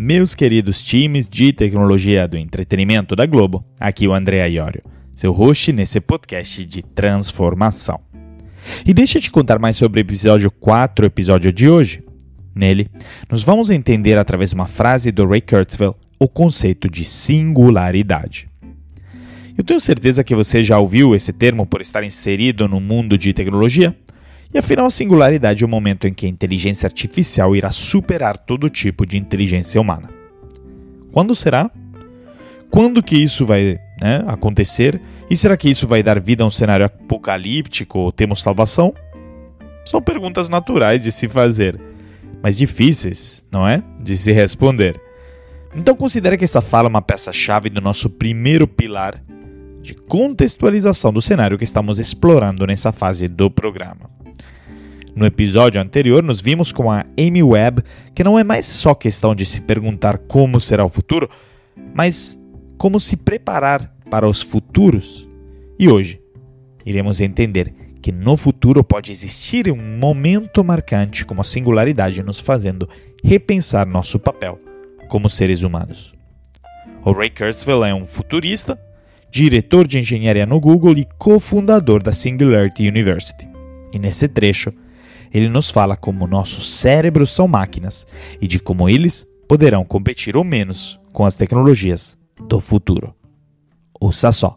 Meus queridos times de tecnologia do entretenimento da Globo, aqui o André Iorio, seu host nesse podcast de transformação. E deixa eu te contar mais sobre o episódio 4, episódio de hoje. Nele, nós vamos entender através de uma frase do Ray Kurzweil o conceito de singularidade. Eu tenho certeza que você já ouviu esse termo por estar inserido no mundo de tecnologia, e afinal a singularidade é o momento em que a inteligência artificial irá superar todo tipo de inteligência humana. Quando será? Quando que isso vai acontecer? E será que isso vai dar vida a um cenário apocalíptico ou temos salvação? São perguntas naturais de se fazer, mas difíceis, não é? De se responder. Então considere que essa fala é uma peça-chave do nosso primeiro pilar de contextualização do cenário que estamos explorando nessa fase do programa. No episódio anterior, nos vimos com a Amy Webb que não é mais só questão de se perguntar como será o futuro, mas como se preparar para os futuros. E hoje, iremos entender que no futuro pode existir um momento marcante como a singularidade nos fazendo repensar nosso papel como seres humanos. O Ray Kurzweil é um futurista, diretor de engenharia no Google e cofundador da Singularity University. E nesse trecho, ele nos fala como nossos cérebros são máquinas e de como eles poderão competir ou menos com as tecnologias do futuro. Ouça só.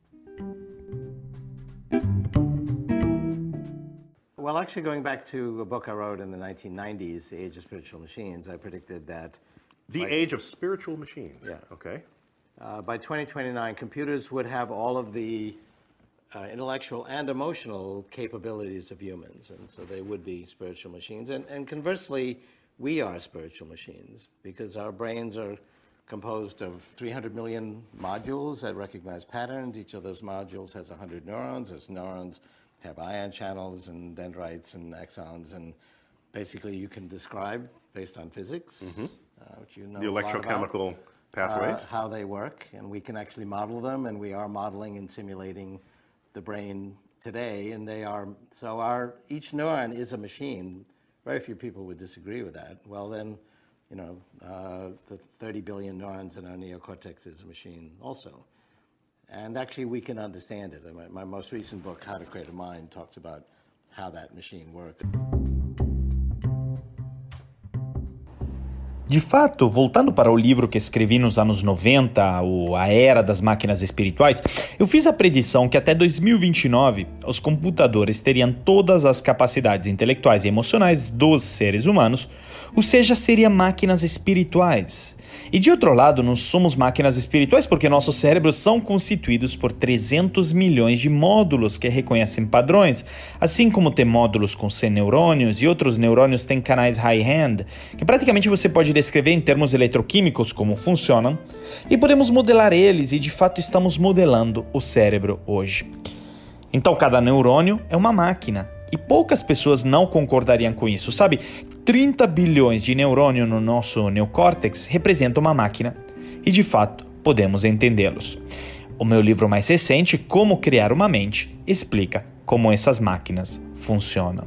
Well, actually, going back to a book I wrote in the 1990s, The Age of Spiritual Machines, I predicted that The Age of Spiritual Machines. Yeah. Okay. By 2029, computers would have all of the intellectual and emotional capabilities of humans, and so they would be spiritual machines. And conversely, we are spiritual machines because our brains are composed of 300 million modules that recognize patterns. Each of those modules has 100 neurons. Those neurons have ion channels and dendrites and axons, and basically you can describe, based on physics, which you know The a lot electrochemical about, pathways. how they work, and we can actually model them, and we are modeling and simulating the brain today, and they are, so each neuron is a machine. Very few people would disagree with that. Well then, the 30 billion neurons in our neocortex is a machine also. And actually we can understand it. My most recent book, How to Create a Mind, talks about how that machine works. De fato, voltando para o livro que escrevi nos anos 90, A Era das Máquinas Espirituais, eu fiz a predição que até 2029 os computadores teriam todas as capacidades intelectuais e emocionais dos seres humanos, ou seja, seriam máquinas espirituais. E de outro lado, não somos máquinas espirituais porque nossos cérebros são constituídos por 300 milhões de módulos que reconhecem padrões, assim como tem módulos com 100 neurônios e outros neurônios têm canais high-hand, que praticamente você pode descrever em termos eletroquímicos como funcionam, e podemos modelar eles e de fato estamos modelando o cérebro hoje. Então cada neurônio é uma máquina. E poucas pessoas não concordariam com isso, sabe? 30 bilhões de neurônios no nosso neocórtex representam uma máquina e, de fato, podemos entendê-los. O meu livro mais recente, Como Criar uma Mente, explica como essas máquinas funcionam.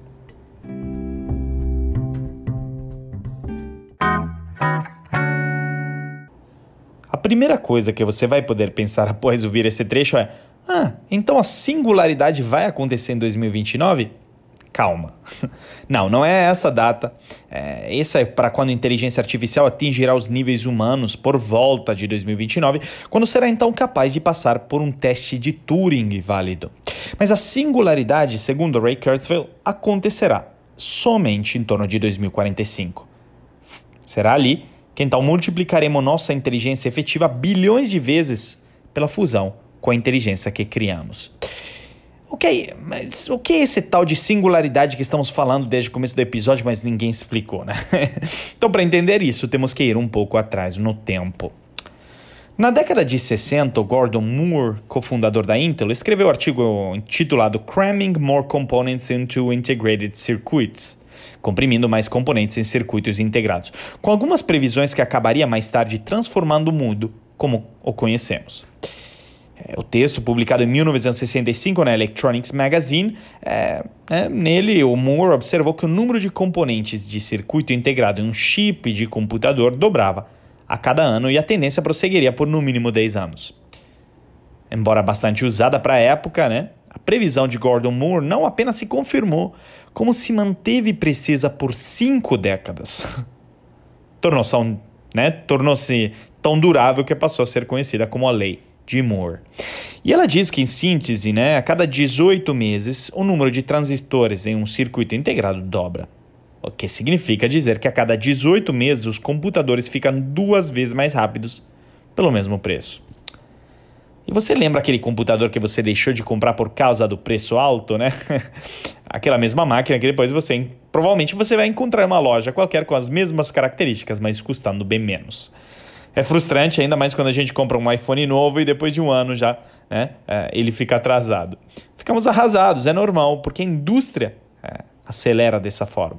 A primeira coisa que você vai poder pensar após ouvir esse trecho é: então a singularidade vai acontecer em 2029? Calma. Não é essa data. Essa é para quando a inteligência artificial atingirá os níveis humanos por volta de 2029, quando será então capaz de passar por um teste de Turing válido. Mas a singularidade, segundo Ray Kurzweil, acontecerá somente em torno de 2045. Será ali que então multiplicaremos nossa inteligência efetiva bilhões de vezes pela fusão com a inteligência que criamos. Ok, mas o que é esse tal de singularidade que estamos falando desde o começo do episódio, mas ninguém explicou, né? Então, para entender isso, temos que ir um pouco atrás no tempo. Na década de 60, o Gordon Moore, cofundador da Intel, escreveu um artigo intitulado Cramming More Components into Integrated Circuits, comprimindo mais componentes em circuitos integrados, com algumas previsões que acabaria mais tarde transformando o mundo como o conhecemos. O texto, publicado em 1965 na Electronics Magazine, nele o Moore observou que o número de componentes de circuito integrado em um chip de computador dobrava a cada ano e a tendência prosseguiria por no mínimo 10 anos. Embora bastante usada para a época, a previsão de Gordon Moore não apenas se confirmou, como se manteve precisa por 5 décadas. Tornou-se tão durável que passou a ser conhecida como a Lei de Moore. E ela diz que, em síntese, a cada 18 meses, o número de transistores em um circuito integrado dobra. O que significa dizer que a cada 18 meses os computadores ficam 2 vezes mais rápidos pelo mesmo preço. E você lembra aquele computador que você deixou de comprar por causa do preço alto, Aquela mesma máquina que depois provavelmente você vai encontrar em uma loja qualquer com as mesmas características, mas custando bem menos. É frustrante, ainda mais quando a gente compra um iPhone novo e depois de um ano já ele fica atrasado. Ficamos arrasados, é normal, porque a indústria acelera dessa forma.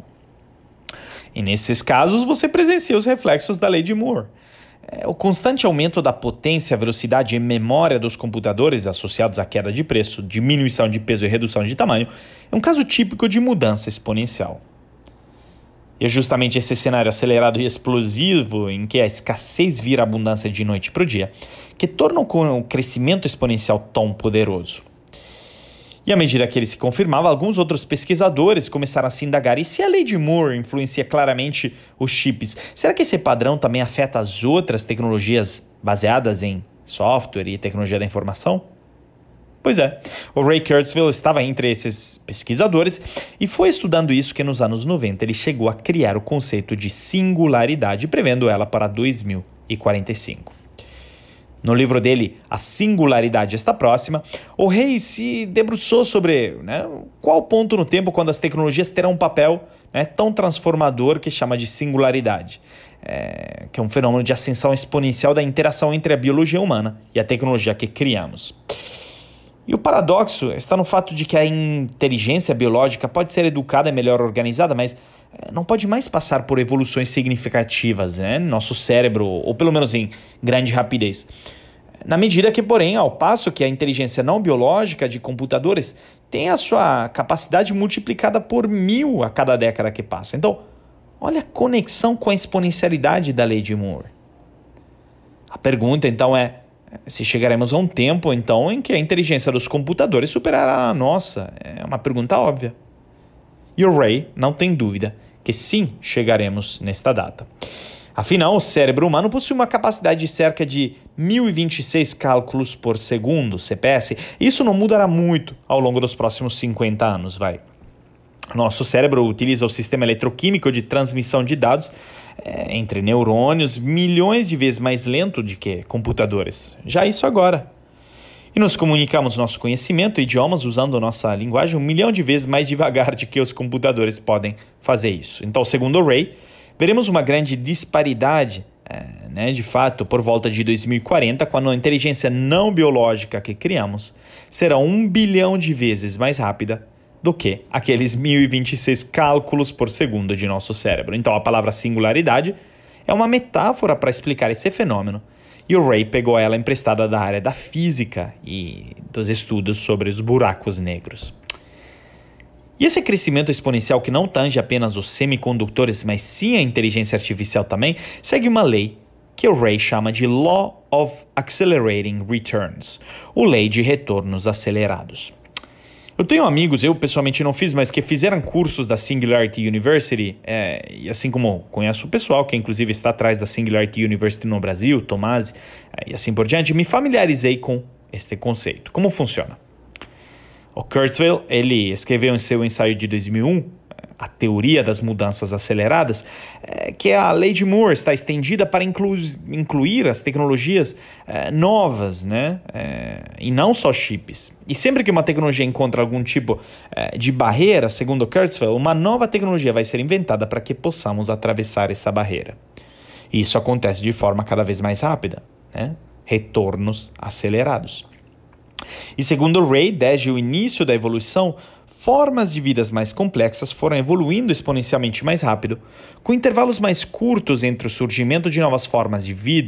E nesses casos você presencia os reflexos da Lei de Moore. O constante aumento da potência, velocidade e memória dos computadores associados à queda de preço, diminuição de peso e redução de tamanho é um caso típico de mudança exponencial. E é justamente esse cenário acelerado e explosivo, em que a escassez vira abundância de noite para o dia, que torna o crescimento exponencial tão poderoso. E à medida que ele se confirmava, alguns outros pesquisadores começaram a se indagar: e se a Lei de Moore influencia claramente os chips, será que esse padrão também afeta as outras tecnologias baseadas em software e tecnologia da informação? Pois é, o Ray Kurzweil estava entre esses pesquisadores e foi estudando isso que nos anos 90 ele chegou a criar o conceito de singularidade, prevendo ela para 2045. No livro dele, A Singularidade Está Próxima, o Ray se debruçou sobre qual ponto no tempo quando as tecnologias terão um papel tão transformador que chama de singularidade, que é um fenômeno de ascensão exponencial da interação entre a biologia humana e a tecnologia que criamos. E o paradoxo está no fato de que a inteligência biológica pode ser educada e melhor organizada, mas não pode mais passar por evoluções significativas no nosso cérebro, ou pelo menos em grande rapidez. Na medida que, porém, ao passo que a inteligência não biológica de computadores tem a sua capacidade multiplicada por 1000 a cada década que passa. Então, olha a conexão com a exponencialidade da Lei de Moore. A pergunta, então, é se chegaremos a um tempo, então, em que a inteligência dos computadores superará a nossa. É uma pergunta óbvia. E o Ray não tem dúvida que sim, chegaremos nesta data. Afinal, o cérebro humano possui uma capacidade de cerca de 1026 cálculos por segundo, CPS. Isso não mudará muito ao longo dos próximos 50 anos, Nosso cérebro utiliza o sistema eletroquímico de transmissão de dados entre neurônios milhões de vezes mais lento do que computadores. Já isso agora. E nos comunicamos nosso conhecimento e idiomas usando nossa linguagem 1 milhão de vezes mais devagar do que os computadores podem fazer isso. Então, segundo o Ray, veremos uma grande disparidade, de fato, por volta de 2040, quando a inteligência não biológica que criamos será 1 bilhão de vezes mais rápida do que aqueles 1026 cálculos por segundo de nosso cérebro. Então, a palavra singularidade é uma metáfora para explicar esse fenômeno. E o Ray pegou ela emprestada da área da física e dos estudos sobre os buracos negros. E esse crescimento exponencial que não tange apenas os semicondutores, mas sim a inteligência artificial também, segue uma lei que o Ray chama de Law of Accelerating Returns, ou Lei de Retornos Acelerados. Eu tenho amigos, eu pessoalmente não fiz, mas que fizeram cursos da Singularity University, e assim como conheço o pessoal que inclusive está atrás da Singularity University no Brasil, Tomasi, e assim por diante, me familiarizei com este conceito. Como funciona? O Kurzweil, ele escreveu em seu ensaio de 2001, A Teoria das Mudanças Aceleradas, que a Lei de Moore está estendida para incluir as tecnologias novas, e não só chips. E sempre que uma tecnologia encontra algum tipo de barreira, segundo Kurzweil, uma nova tecnologia vai ser inventada para que possamos atravessar essa barreira. E isso acontece de forma cada vez mais rápida, retornos acelerados. E segundo Ray, desde o início da evolução, formas de vidas mais complexas foram evoluindo exponencialmente mais rápido, com intervalos mais curtos entre o surgimento de novas formas de vida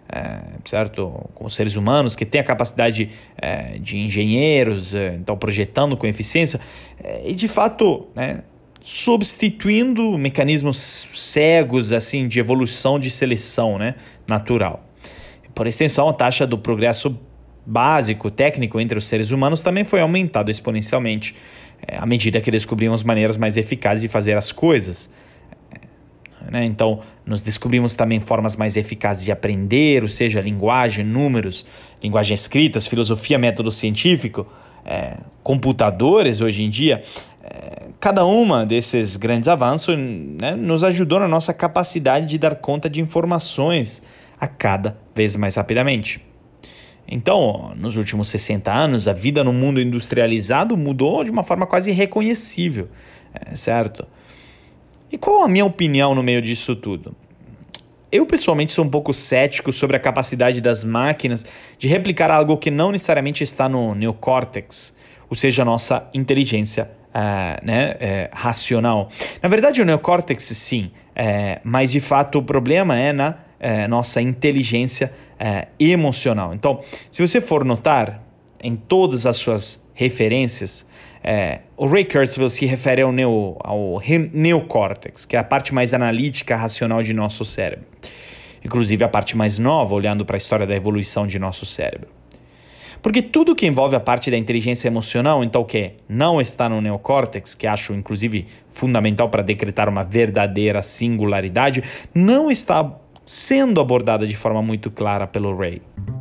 certo? Como seres humanos que têm a capacidade de engenheiros, então projetando com eficiência, e de fato, né, substituindo mecanismos cegos assim de evolução de seleção, né, natural. Por extensão, a taxa do progresso básico, técnico entre os seres humanos também foi aumentado exponencialmente à medida que descobrimos maneiras mais eficazes de fazer as coisas. Então, nós descobrimos também formas mais eficazes de aprender, ou seja, linguagem, números, linguagem escrita, filosofia, método científico, computadores hoje em dia. Cada uma desses grandes avanços, né, nos ajudou na nossa capacidade de dar conta de informações a cada vez mais rapidamente. Então, nos últimos 60 anos, a vida no mundo industrializado mudou de uma forma quase irreconhecível, certo? E qual a minha opinião no meio disso tudo? Eu, pessoalmente, sou um pouco cético sobre a capacidade das máquinas de replicar algo que não necessariamente está no neocórtex, ou seja, a nossa inteligência racional. Na verdade, o neocórtex, sim, mas, de fato, o problema é na nossa inteligência emocional. Então, se você for notar em todas as suas referências, o Ray Kurzweil se refere ao neocórtex, que é a parte mais analítica, racional de nosso cérebro. Inclusive a parte mais nova, olhando para a história da evolução de nosso cérebro. Porque tudo que envolve a parte da inteligência emocional, então que não está no neocórtex, que acho inclusive fundamental para decretar uma verdadeira singularidade, não está sendo abordada de forma muito clara pelo Ray.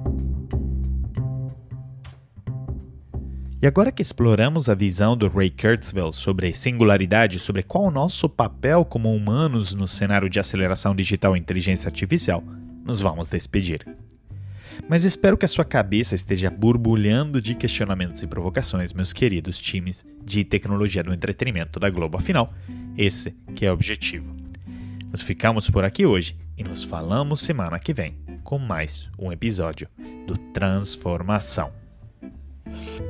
E agora que exploramos a visão do Ray Kurzweil sobre singularidade, sobre qual o nosso papel como humanos no cenário de aceleração digital e inteligência artificial, nos vamos despedir. Mas espero que a sua cabeça esteja borbulhando de questionamentos e provocações, meus queridos times de tecnologia do entretenimento da Globo. Afinal, esse que é o objetivo. Nos ficamos por aqui hoje e nos falamos semana que vem com mais um episódio do Transformação.